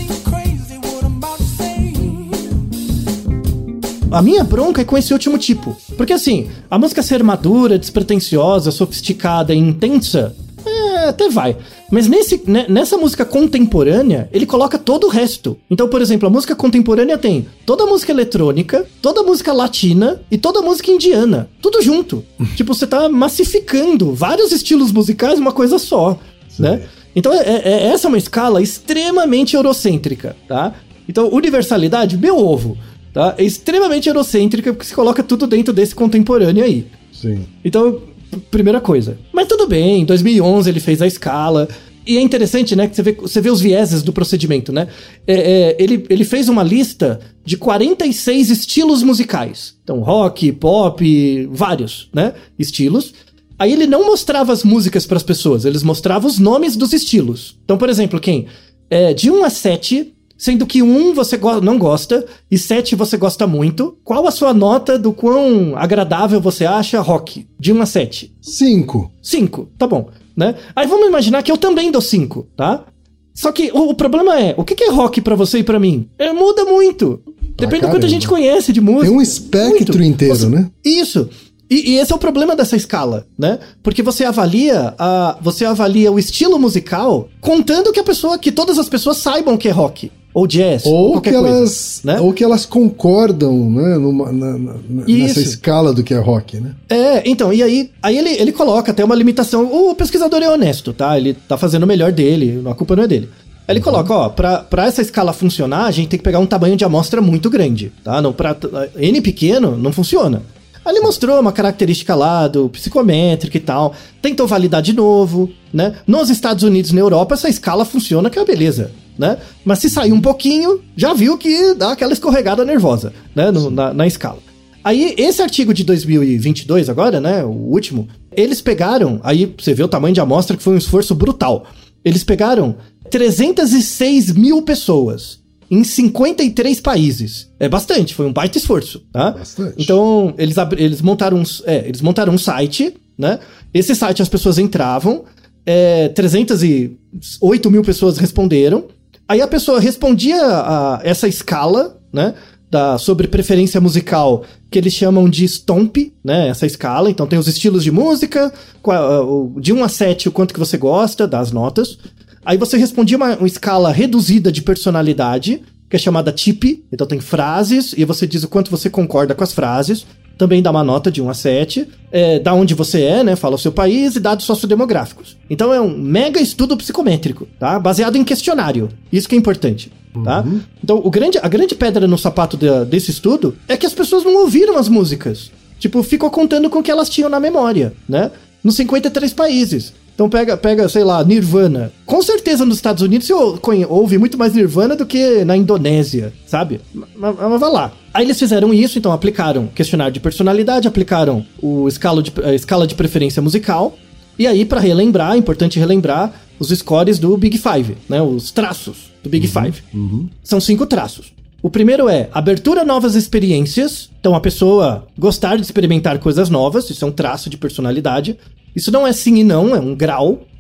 A minha bronca é com esse último tipo. Porque assim, a música ser madura, despretensiosa, sofisticada e intensa, é, até vai. Mas nesse, né, nessa música contemporânea, ele coloca todo o resto. Então, por exemplo, a música contemporânea tem toda a música eletrônica, toda a música latina e toda a música indiana. Tudo junto. Tipo, você tá massificando vários estilos musicais numa coisa só, sim, né? Então, é, é, essa é uma escala extremamente eurocêntrica, tá? Então, universalidade, meu ovo. Tá? É extremamente eurocêntrica porque se coloca tudo dentro desse contemporâneo aí. Sim. Então, primeira coisa. Mas tudo bem, em dois mil e onze ele fez a escala. E é interessante, né, que você vê, você vê os vieses do procedimento, né? É, é, ele, ele fez uma lista de quarenta e seis estilos musicais. Então, rock, pop, vários, né, estilos. Aí ele não mostrava as músicas para as pessoas, eles mostravam os nomes dos estilos. Então, por exemplo, quem? É, de um a sete... Sendo que um você go- não gosta e sete você gosta muito. Qual a sua nota do quão agradável você acha rock? De um a sete. Cinco. Cinco, tá bom, né? Aí vamos imaginar que eu também dou cinco, tá? Só que o, o problema é, o que, que é rock pra você e pra mim? É, muda muito. Pra Depende caramba. do quanto a gente conhece de música. Tem um espectro muito. inteiro, você, né? Isso. E, e esse é o problema dessa escala, né? Porque você avalia, a, você avalia o estilo musical contando que a pessoa, que todas as pessoas saibam que é rock. Ou jazz, ou, ou qualquer que coisa, elas, né? Ou que elas concordam, né, numa, na, na, nessa escala do que é rock, né? É, então, e aí, aí ele, ele coloca até uma limitação. O pesquisador é honesto, tá? Ele tá fazendo o melhor dele, a culpa não é dele. Aí ele coloca, ó, pra, pra essa escala funcionar, a gente tem que pegar um tamanho de amostra muito grande, tá? Não, pra, N pequeno não funciona. Aí ele mostrou uma característica lá do psicométrico e tal, tentou validar de novo, né? Nos Estados Unidos e na Europa essa escala funciona, que é uma beleza, né? Mas se sair um pouquinho, já viu que dá aquela escorregada nervosa, né? No, na, na escala. Aí esse artigo de dois mil e vinte e dois agora, né? O último, eles pegaram, aí você vê o tamanho de amostra que foi um esforço brutal. Eles pegaram trezentas e seis mil pessoas em cinquenta e três países. É bastante, foi um baita esforço, tá? Bastante. Então, eles, ab- eles, montaram um, é, eles montaram um site, né? Esse site as pessoas entravam, é, trezentas e oito mil pessoas responderam. Aí a pessoa respondia a essa escala, né? Da, sobre preferência musical, que eles chamam de Stomp, né? Essa escala. Então tem os estilos de música, qual, de um a sete, o quanto que você gosta das notas. Aí você respondia uma, uma escala reduzida de personalidade, que é chamada T I P. Então tem frases, e você diz o quanto você concorda com as frases. Também dá uma nota de um a sete. É, da onde você é, né? Fala o seu país e dados sociodemográficos. Então é um mega estudo psicométrico, tá? Baseado em questionário. Isso que é importante, tá? Uhum. Então o grande, a grande pedra no sapato de, desse estudo é que as pessoas não ouviram as músicas. Tipo, ficou contando com o que elas tinham na memória, né? Nos cinquenta e três países. Então pega, pega, sei lá, Nirvana. Com certeza nos Estados Unidos você ouve muito mais Nirvana do que na Indonésia, sabe? Mas, mas vai lá. Aí eles fizeram isso, então aplicaram questionário de personalidade, aplicaram o escala de, a escala de preferência musical. E aí, pra relembrar, é importante relembrar os scores do Big Five, né? Os traços do Big uhum, Five. Uhum. São cinco traços. O primeiro é abertura a novas experiências. Então a pessoa gostar de experimentar coisas novas, isso é um traço de personalidade. Isso não é sim e não, é um grau,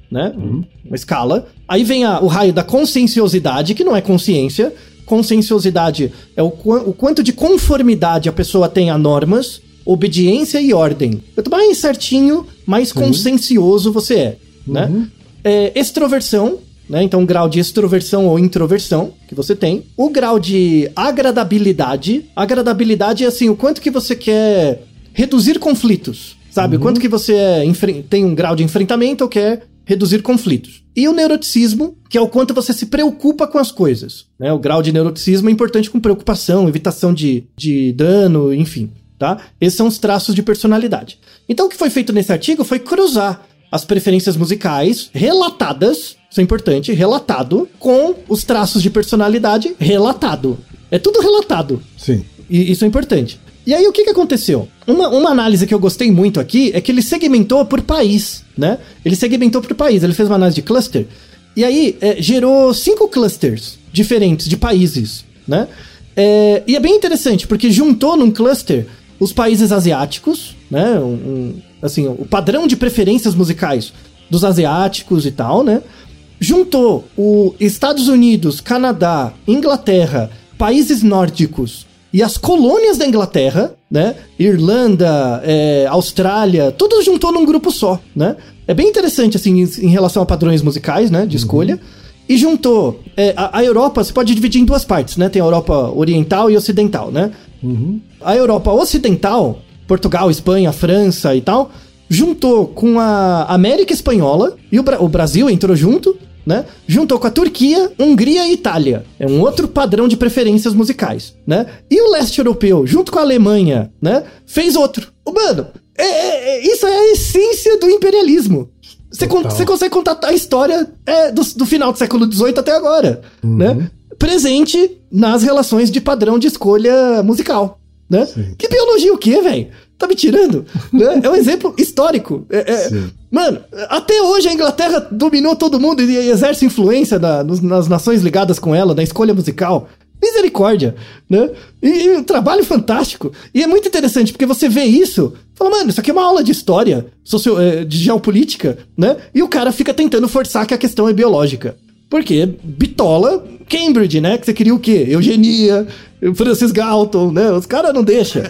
né? Uhum. Uma escala. Aí vem a, o raio da conscienciosidade, que não é consciência. Conscienciosidade é o, o quanto de conformidade a pessoa tem a normas, obediência e ordem. Quanto mais certinho, mais uhum. consciencioso você é, uhum. né? É, extroversão, né? Então, o grau de extroversão ou introversão que você tem. O grau de agradabilidade. Agradabilidade é assim, o quanto que você quer reduzir conflitos, sabe? Uhum. O quanto que você é, tem um grau de enfrentamento ou quer reduzir conflitos. E o neuroticismo, que é o quanto você se preocupa com as coisas, né? O grau de neuroticismo é importante com preocupação, evitação de, de dano, enfim, tá? Esses são os traços de personalidade. Então, o que foi feito nesse artigo foi cruzar as preferências musicais relatadas, isso é importante, relatado, com os traços de personalidade relatado. É tudo relatado. Sim. E isso é importante. E aí, o que que aconteceu? Uma, uma análise que eu gostei muito aqui é que ele segmentou por país, né? Ele segmentou por país, ele fez uma análise de cluster, e aí é, gerou cinco clusters diferentes de países, né? É, e é bem interessante, porque juntou num cluster os países asiáticos, né? Um, um, assim, o padrão de preferências musicais dos asiáticos e tal, né? Juntou os Estados Unidos, Canadá, Inglaterra, países nórdicos e as colônias da Inglaterra, né? Irlanda, é, Austrália, tudo juntou num grupo só, né? É bem interessante, assim, em, em relação a padrões musicais, né? De uhum. escolha. E juntou é, a, a Europa, você pode dividir em duas partes, né? Tem a Europa Oriental e Ocidental, né? Uhum. A Europa Ocidental, Portugal, Espanha, França e tal, juntou com a América Espanhola, e o, Bra- o Brasil entrou junto, né? Juntou com a Turquia, Hungria e Itália. É um outro padrão de preferências musicais, né? E o leste europeu, junto com a Alemanha, né? Fez outro. Mano, é, é, isso é a essência do imperialismo. Você con- consegue contar a história é, do, do final do século dezoito até agora, uhum. né? Presente nas relações de padrão de escolha musical, né? Sim. Que biologia o quê, velho? Tá me tirando? Né? É um exemplo histórico. É, é, mano, até hoje a Inglaterra dominou todo mundo e exerce influência na, nos, nas nações ligadas com ela, na escolha musical. Misericórdia, né? E, e um trabalho fantástico. E é muito interessante, porque você vê isso, fala, mano, isso aqui é uma aula de história, socio, de geopolítica, né? E o cara fica tentando forçar que a questão é biológica. Porque bitola Cambridge, né? Que você queria o quê? Eugenia, Francis Galton, né? Os caras não deixam.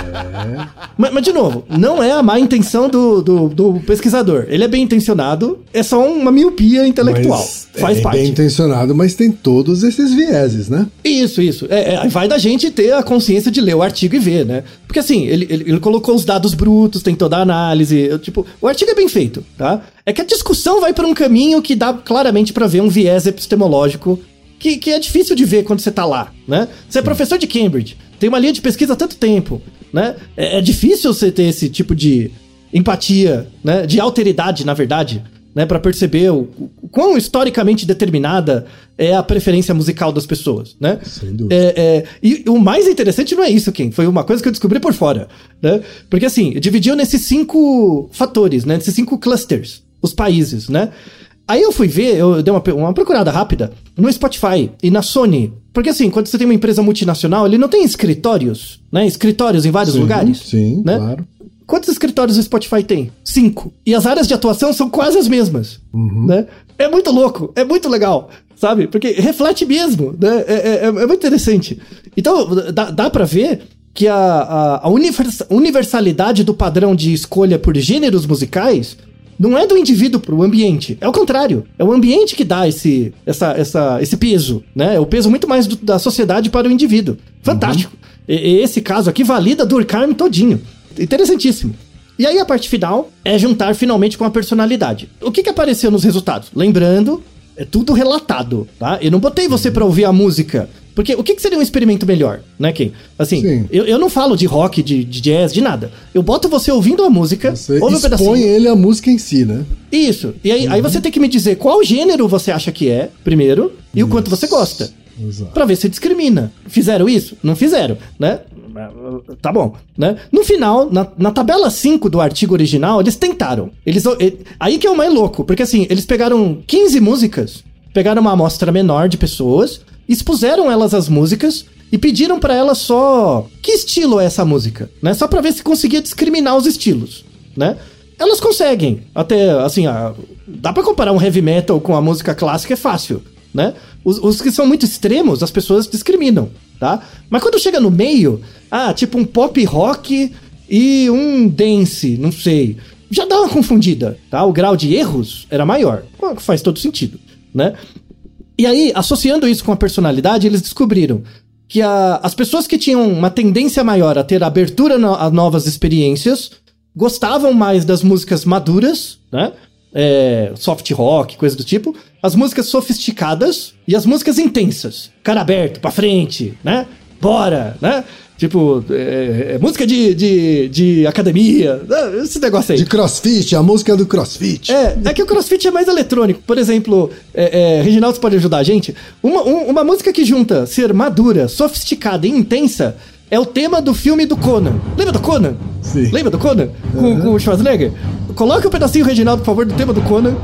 É. Mas, mas, de novo, não é a má intenção do, do, do pesquisador. Ele é bem intencionado, é só uma miopia intelectual. Mas faz é parte. É bem intencionado, mas tem todos esses vieses, né? Isso, isso. É, é, vai da gente ter a consciência de ler o artigo e ver, né? Porque assim, ele, ele, ele colocou os dados brutos, tem toda a análise. Eu, tipo, o artigo é bem feito, tá? É que a discussão vai para um caminho que dá claramente para ver um viés epistemológico Que, que é difícil de ver quando você tá lá, né? Você é professor de Cambridge, tem uma linha de pesquisa há tanto tempo, né? É, é difícil você ter esse tipo de empatia, né? De alteridade, na verdade, né? Pra perceber o, o quão historicamente determinada é a preferência musical das pessoas, né? Sem dúvida. É, é, e o mais interessante não é isso, Ken. Foi uma coisa que eu descobri por fora, né? Porque assim, dividiu nesses cinco fatores, né? Nesses cinco clusters, os países, né? Aí eu fui ver, eu dei uma, uma procurada rápida no Spotify e na Sony. Porque assim, quando você tem uma empresa multinacional, ele não tem escritórios, né? Escritórios em vários sim, lugares. Sim, né? Claro. Quantos escritórios o Spotify tem? Cinco. E as áreas de atuação são quase as mesmas, uhum. né? É muito louco, é muito legal, sabe? Porque reflete mesmo, né? É, é, é muito interessante. Então, dá, dá pra ver que a, a, a universalidade do padrão de escolha por gêneros musicais não é do indivíduo pro ambiente, é o contrário. É o ambiente que dá esse, essa, essa, esse peso, né? É o peso muito mais do, da sociedade para o indivíduo. Fantástico. Uhum. E, esse caso aqui valida Durkheim todinho. Interessantíssimo. E aí a parte final é juntar finalmente com a personalidade. O que que apareceu nos resultados? Lembrando, é tudo relatado, tá? Eu não botei você pra ouvir a música. Porque o que que seria um experimento melhor, né, Ken? Assim, eu, eu não falo de rock, de, de jazz, de nada. Eu boto você ouvindo a música, você ouve um pedacinho. Expõe ele a música em si, né? Isso. E aí, uhum. aí você tem que me dizer qual gênero você acha que é, primeiro, e isso. O quanto você gosta. Exato. Pra ver se discrimina. Fizeram isso? Não fizeram, né? Tá bom, né? No final, na, na tabela cinco do artigo original, eles tentaram. Eles, aí que é o mais louco, porque assim, eles pegaram quinze músicas, pegaram uma amostra menor de pessoas, expuseram elas as músicas e pediram pra elas só que estilo é essa música, né? Só pra ver se conseguia discriminar os estilos, né? elas conseguem. Até, assim, a, dá pra comparar um heavy metal com a música clássica, é fácil, né? Os, os que são muito extremos, as pessoas discriminam, tá? Mas quando chega no meio, ah, tipo um pop rock e um dance, não sei, já dá uma confundida, tá? O grau de erros era maior, faz todo sentido, né? E aí, associando isso com a personalidade, eles descobriram que a, as pessoas que tinham uma tendência maior a ter abertura no, a novas experiências gostavam mais das músicas maduras, né? É, soft rock, coisa do tipo. As músicas sofisticadas e as músicas intensas. Cara aberto, pra frente, né? Bora, né? Tipo, é, é, música de, de, de academia, esse negócio aí. De crossfit, a música do crossfit. É, é que o crossfit é mais eletrônico. Por exemplo, é, é, Reginaldo, você pode ajudar a gente? Uma, um, uma música que junta ser madura, sofisticada e intensa é o tema do filme do Conan. Lembra do Conan? Sim. Lembra do Conan? Com, uhum. com o Schwarzenegger? Coloque um pedacinho, Reginaldo, por favor, do tema do Conan.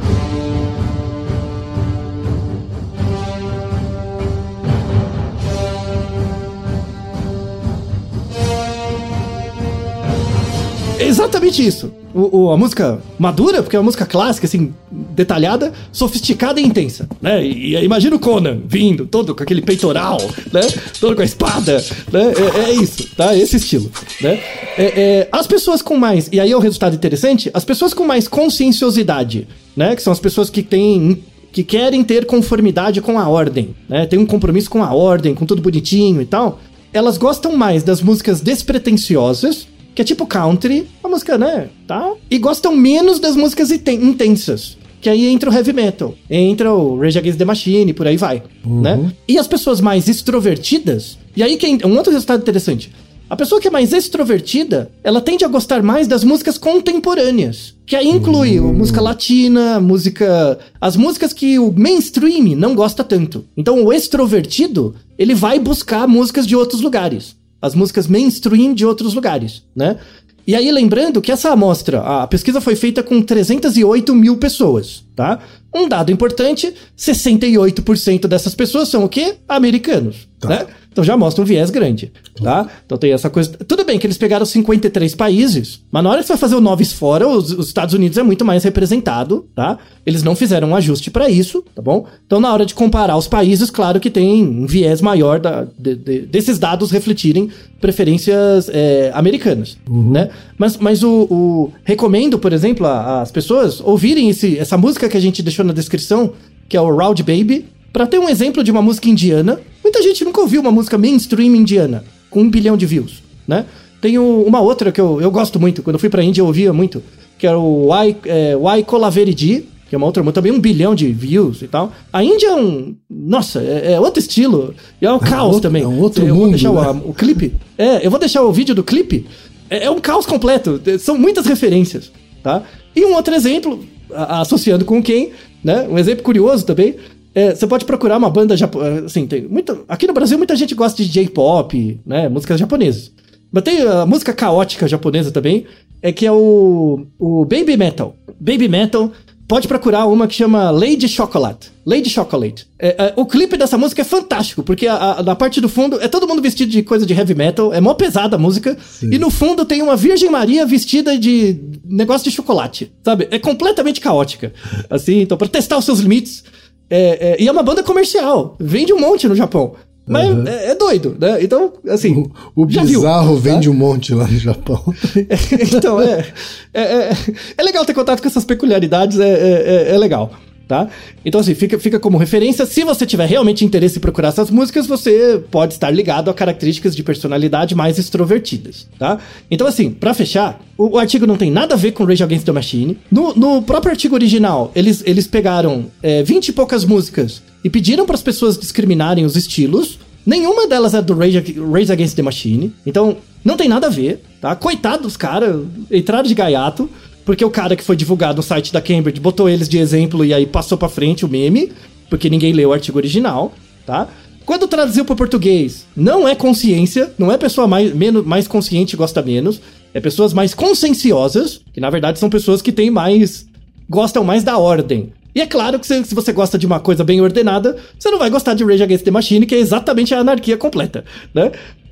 Exatamente isso. O, o, a música madura, porque é uma música clássica, assim, detalhada, sofisticada e intensa, né? E, e imagina o Conan vindo, todo com aquele peitoral, né? Todo com a espada, né? É, é isso, tá? Esse estilo, né? É, é, as pessoas com mais, e aí é o resultado interessante, as pessoas com mais conscienciosidade, né? Que são as pessoas que têm... que querem ter conformidade com a ordem, né? Tem um compromisso com a ordem, com tudo bonitinho e tal. Elas gostam mais das músicas despretensiosas, que é tipo country, a música, né, tal, e gostam menos das músicas intensas, que aí entra o heavy metal, entra o Rage Against the Machine, por aí vai, uhum. né? E as pessoas mais extrovertidas, e aí que é um outro resultado interessante, a pessoa que é mais extrovertida, ela tende a gostar mais das músicas contemporâneas, que aí inclui uhum. música latina, música... as músicas que o mainstream não gosta tanto. Então o extrovertido, ele vai buscar músicas de outros lugares. As músicas mainstream de outros lugares, né? E aí, lembrando que essa amostra, a pesquisa foi feita com trezentas e oito mil pessoas, tá? Um dado importante, sessenta e oito por cento dessas pessoas são o quê? Americanos, tá. né? Então já mostra um viés grande, tá? Então tem essa coisa... Tudo bem que eles pegaram cinquenta e três países, mas na hora que você vai fazer o Noves fora, os, os Estados Unidos é muito mais representado, tá? Eles não fizeram um ajuste pra isso, tá bom? Então na hora de comparar os países, claro que tem um viés maior da, de, de, desses dados refletirem preferências é, americanas, uhum. né? Mas, mas o, o... Recomendo, por exemplo, às pessoas ouvirem esse, essa música que a gente deixou na descrição, que é o Round Baby, pra ter um exemplo de uma música indiana. Muita gente nunca ouviu uma música mainstream indiana, com um bilhão de views, né? Tem o, uma outra que eu, eu gosto muito, quando eu fui pra Índia eu ouvia muito, que era o Why, é, Why Kolaveridi, que é uma outra, também um bilhão de views e tal. A Índia é um... Nossa, é, é outro estilo, e é um é caos outro, também. É um outro eu mundo, vou deixar né? o, o clipe. É, eu vou deixar o vídeo do clipe. É, é um caos completo, são muitas referências, tá? E um outro exemplo, a, associando com quem, né? Um exemplo curioso também... É, você pode procurar uma banda japonesa, assim, tem muita, aqui no Brasil muita gente gosta de J-pop, né, músicas japonesas. Mas tem a música caótica japonesa também, é que é o, o Baby Metal. Baby Metal, pode procurar uma que chama Lady Chocolate. Lady Chocolate. É, é, o clipe dessa música é fantástico, porque a, a, na parte do fundo é todo mundo vestido de coisa de heavy metal, é mó pesada a música, Sim. e no fundo tem uma Virgem Maria vestida de negócio de chocolate, sabe? É completamente caótica. Assim, então pra testar os seus limites... É, é, e é uma banda comercial, vende um monte no Japão. Mas uhum. é, é doido, né? Então, assim. O, o bizarro viu, vende tá? um monte lá no Japão. Então, é, é, é. É legal ter contato com essas peculiaridades, é, é, é legal, tá? Então, assim, fica, fica como referência. Se você tiver realmente interesse em procurar essas músicas, você pode estar ligado a características de personalidade mais extrovertidas, tá? Então, assim, pra fechar, o, o artigo não tem nada a ver com Rage Against the Machine. No, no próprio artigo original, eles, eles pegaram é, vinte e poucas músicas e pediram para as pessoas discriminarem os estilos. Nenhuma delas é do Rage, Rage Against the Machine. Então, não tem nada a ver, tá? Coitado dos caras, entraram de gaiato. Porque o cara que foi divulgado no site da Cambridge botou eles de exemplo e aí passou pra frente o meme, porque ninguém leu o artigo original, tá? Quando traduziu pro português, não é consciência, não é pessoa mais, menos, mais consciente gosta menos, é pessoas mais conscienciosas, que na verdade são pessoas que têm mais, gostam mais da ordem. E é claro que se, se você gosta de uma coisa bem ordenada, você não vai gostar de Rage Against the Machine, que é exatamente a anarquia completa, né?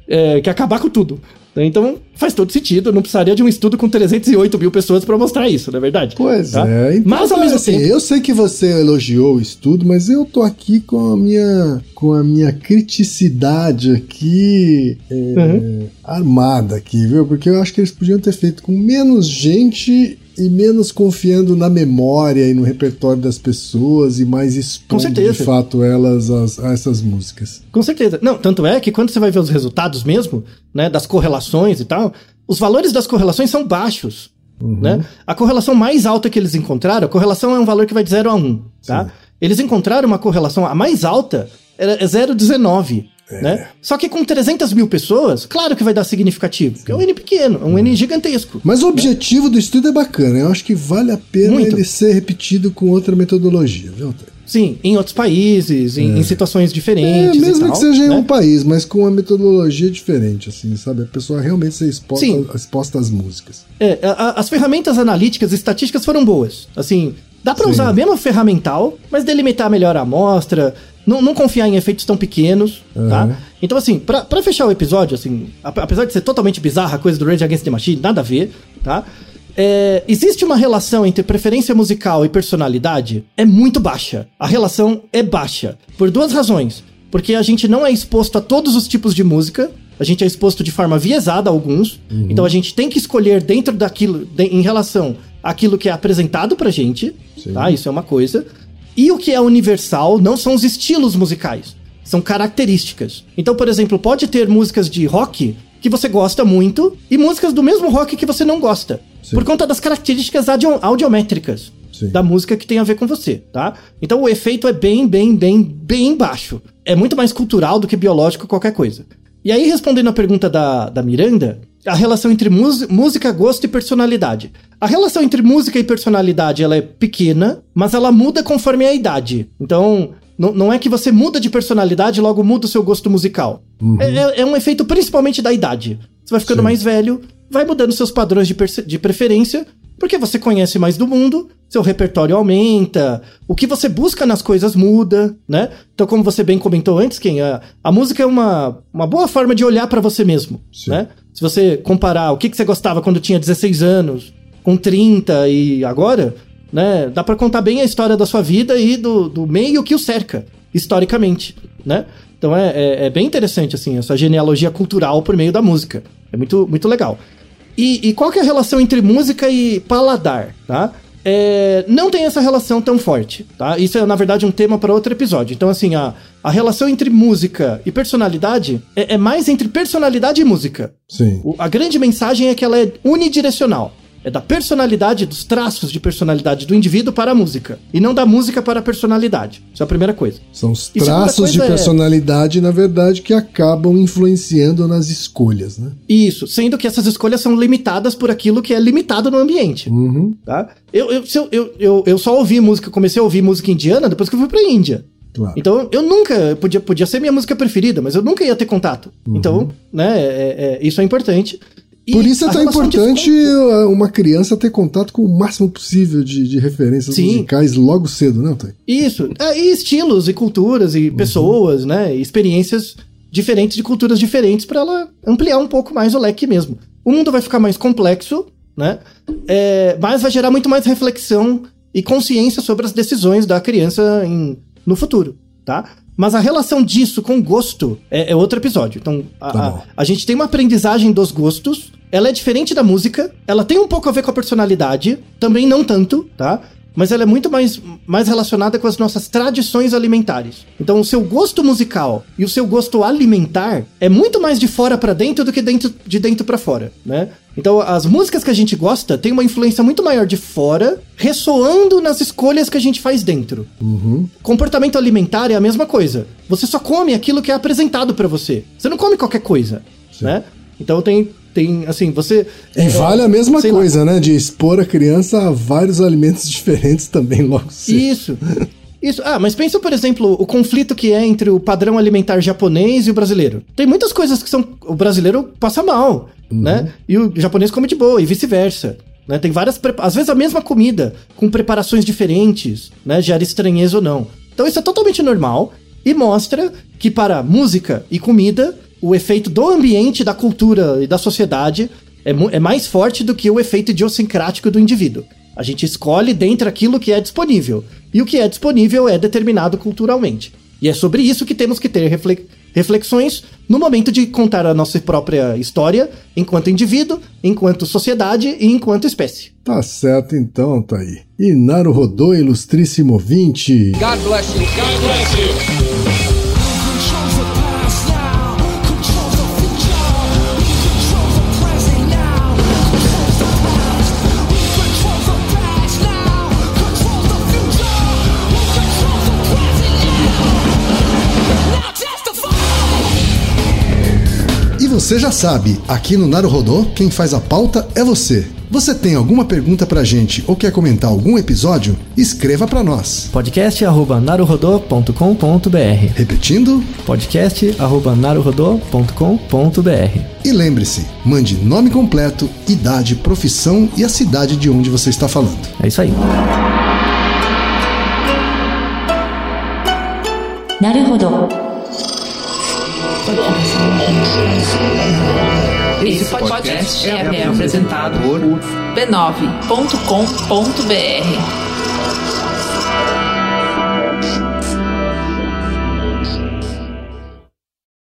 é, que acabar com tudo. Então, faz todo sentido, não precisaria de um estudo com trezentas e oito mil pessoas pra mostrar isso, não é verdade? Pois tá? é. Então, mas ao mesmo assim, tempo... eu sei que você elogiou o estudo, mas eu tô aqui com a minha, com a minha criticidade aqui é, uhum. armada aqui, viu? Porque eu acho que eles podiam ter feito com menos gente e menos confiando na memória e no repertório das pessoas e mais expondo de fato elas as, a essas músicas. Com certeza. Não, tanto é que quando você vai ver os resultados mesmo, né, das correlações e tal, os valores das correlações são baixos, uhum. né? A correlação mais alta que eles encontraram, a correlação é um valor que vai de zero a um, tá? Sim. Eles encontraram uma correlação, a mais alta é zero vírgula dezenove. É. Né? Só que com trezentas mil pessoas, claro que vai dar significativo, porque é um N pequeno, é um N gigantesco. Mas o objetivo né? do estudo é bacana, eu acho que vale a pena Muito. ele ser repetido com outra metodologia, viu? Sim, em outros países, em, é. em situações diferentes. É, mesmo e tal, que seja né? em um país, mas com uma metodologia diferente, assim, sabe? A pessoa realmente ser exposta, exposta às músicas. É, a, as ferramentas analíticas e estatísticas foram boas. Assim, dá pra Sim. usar a mesma ferramental, mas delimitar melhor a amostra. Não, não confiar em efeitos tão pequenos, uhum. tá? Então, assim, pra, pra fechar o episódio, assim, apesar de ser totalmente bizarra a coisa do Rage Against the Machine, nada a ver, tá? É, existe uma relação entre preferência musical e personalidade? É muito baixa. A relação é baixa. Por duas razões. Porque a gente não é exposto a todos os tipos de música, a gente é exposto de forma viesada a alguns, uhum. então a gente tem que escolher dentro daquilo, de, em relação àquilo que é apresentado pra gente, Sim. tá? Isso é uma coisa. E o que é universal não são os estilos musicais, são características. Então, por exemplo, pode ter músicas de rock que você gosta muito e músicas do mesmo rock que você não gosta, Sim. por conta das características audio- audiométricas Sim. da música que tem a ver com você, tá? Então o efeito é bem, bem, bem, bem baixo. É muito mais cultural do que biológico qualquer coisa. E aí, respondendo a pergunta da, da Miranda, a relação entre música, gosto e personalidade. A relação entre música e personalidade, ela é pequena, mas ela muda conforme a idade. Então, n- não é que você muda de personalidade e logo muda o seu gosto musical. Uhum. É, é um efeito principalmente da idade. Você vai ficando Sim. mais velho, vai mudando seus padrões de, perce- de preferência, porque você conhece mais do mundo, seu repertório aumenta, o que você busca nas coisas muda, né? Então, como você bem comentou antes, Ken, a, a música é uma, uma boa forma de olhar pra você mesmo, Sim. né? Se você comparar o que, que você gostava quando tinha dezesseis anos, com trinta e agora, né? Dá pra contar bem a história da sua vida e do, do meio que o cerca, historicamente, né? Então é, é, é bem interessante, assim, essa genealogia cultural por meio da música. É muito, muito legal. E, e qual que é a relação entre música e paladar, tá? É, não tem essa relação tão forte, tá? Isso é, na verdade, um tema para outro episódio. Então, assim, a, a relação entre música e personalidade é, é mais entre personalidade e música. Sim. O, a grande mensagem é que ela é unidirecional. É da personalidade, dos traços de personalidade do indivíduo para a música. E não da música para a personalidade. Isso é a primeira coisa. São os traços de personalidade, é... na verdade, que acabam influenciando nas escolhas, né? Isso, sendo que essas escolhas são limitadas por aquilo que é limitado no ambiente. Uhum. Tá? Eu, eu, eu, eu, eu, eu só ouvi música, comecei a ouvir música indiana depois que eu fui pra Índia. Claro. Então, eu nunca, podia, podia ser minha música preferida, mas eu nunca ia ter contato. Uhum. Então, né, é, é, isso é importante. E por isso é tão importante de... uma criança ter contato com o máximo possível de, de referências Sim. musicais logo cedo, né, Thay? Isso. É, e estilos, e culturas, e uhum. pessoas, né? E experiências diferentes de culturas diferentes para ela ampliar um pouco mais o leque mesmo. O mundo vai ficar mais complexo, né? É, mas vai gerar muito mais reflexão e consciência sobre as decisões da criança em, no futuro, tá? Mas a relação disso com gosto é, é outro episódio. Então, a, tá a, a gente tem uma aprendizagem dos gostos. Ela é diferente da música. Ela tem um pouco a ver com a personalidade. Também não tanto, tá? Mas ela é muito mais, mais relacionada com as nossas tradições alimentares. Então, o seu gosto musical e o seu gosto alimentar é muito mais de fora pra dentro do que dentro, de dentro pra fora, né? Então, as músicas que a gente gosta têm uma influência muito maior de fora, ressoando nas escolhas que a gente faz dentro. Uhum. Comportamento alimentar é a mesma coisa. Você só come aquilo que é apresentado pra você. Você não come qualquer coisa, Sim. né? Então, tem... Tem, assim, você... E é, vale a mesma coisa, lá. né? De expor a criança a vários alimentos diferentes também logo cedo. Isso. Isso. Ah, mas pensa, por exemplo, o conflito que é entre o padrão alimentar japonês e o brasileiro. Tem muitas coisas que são... O brasileiro passa mal, uhum. né? E o japonês come de boa, e vice-versa. Né? Tem várias... Às vezes a mesma comida, com preparações diferentes, né? Gera estranheza ou não. Então isso é totalmente normal e mostra que para música e comida... o efeito do ambiente, da cultura e da sociedade é, é mais forte do que o efeito idiosincrático do indivíduo. A gente escolhe dentro aquilo que é disponível. E o que é disponível é determinado culturalmente. E é sobre isso que temos que ter reflexões no momento de contar a nossa própria história, enquanto indivíduo, enquanto sociedade e enquanto espécie. Tá certo então, tá aí. E Naruhodô, ilustríssimo ouvinte. God bless you. God bless you. Você já sabe, aqui no Naruhodô, quem faz a pauta é você. Você tem alguma pergunta pra gente ou quer comentar algum episódio? Escreva pra nós. podcast arroba naruhodô ponto com ponto b r. Repetindo? podcast arroba naruhodô ponto com ponto b r. E lembre-se, mande nome completo, idade, profissão e a cidade de onde você está falando. É isso aí. Naruhodô. Esse podcast é apresentado por b nove ponto com ponto b r.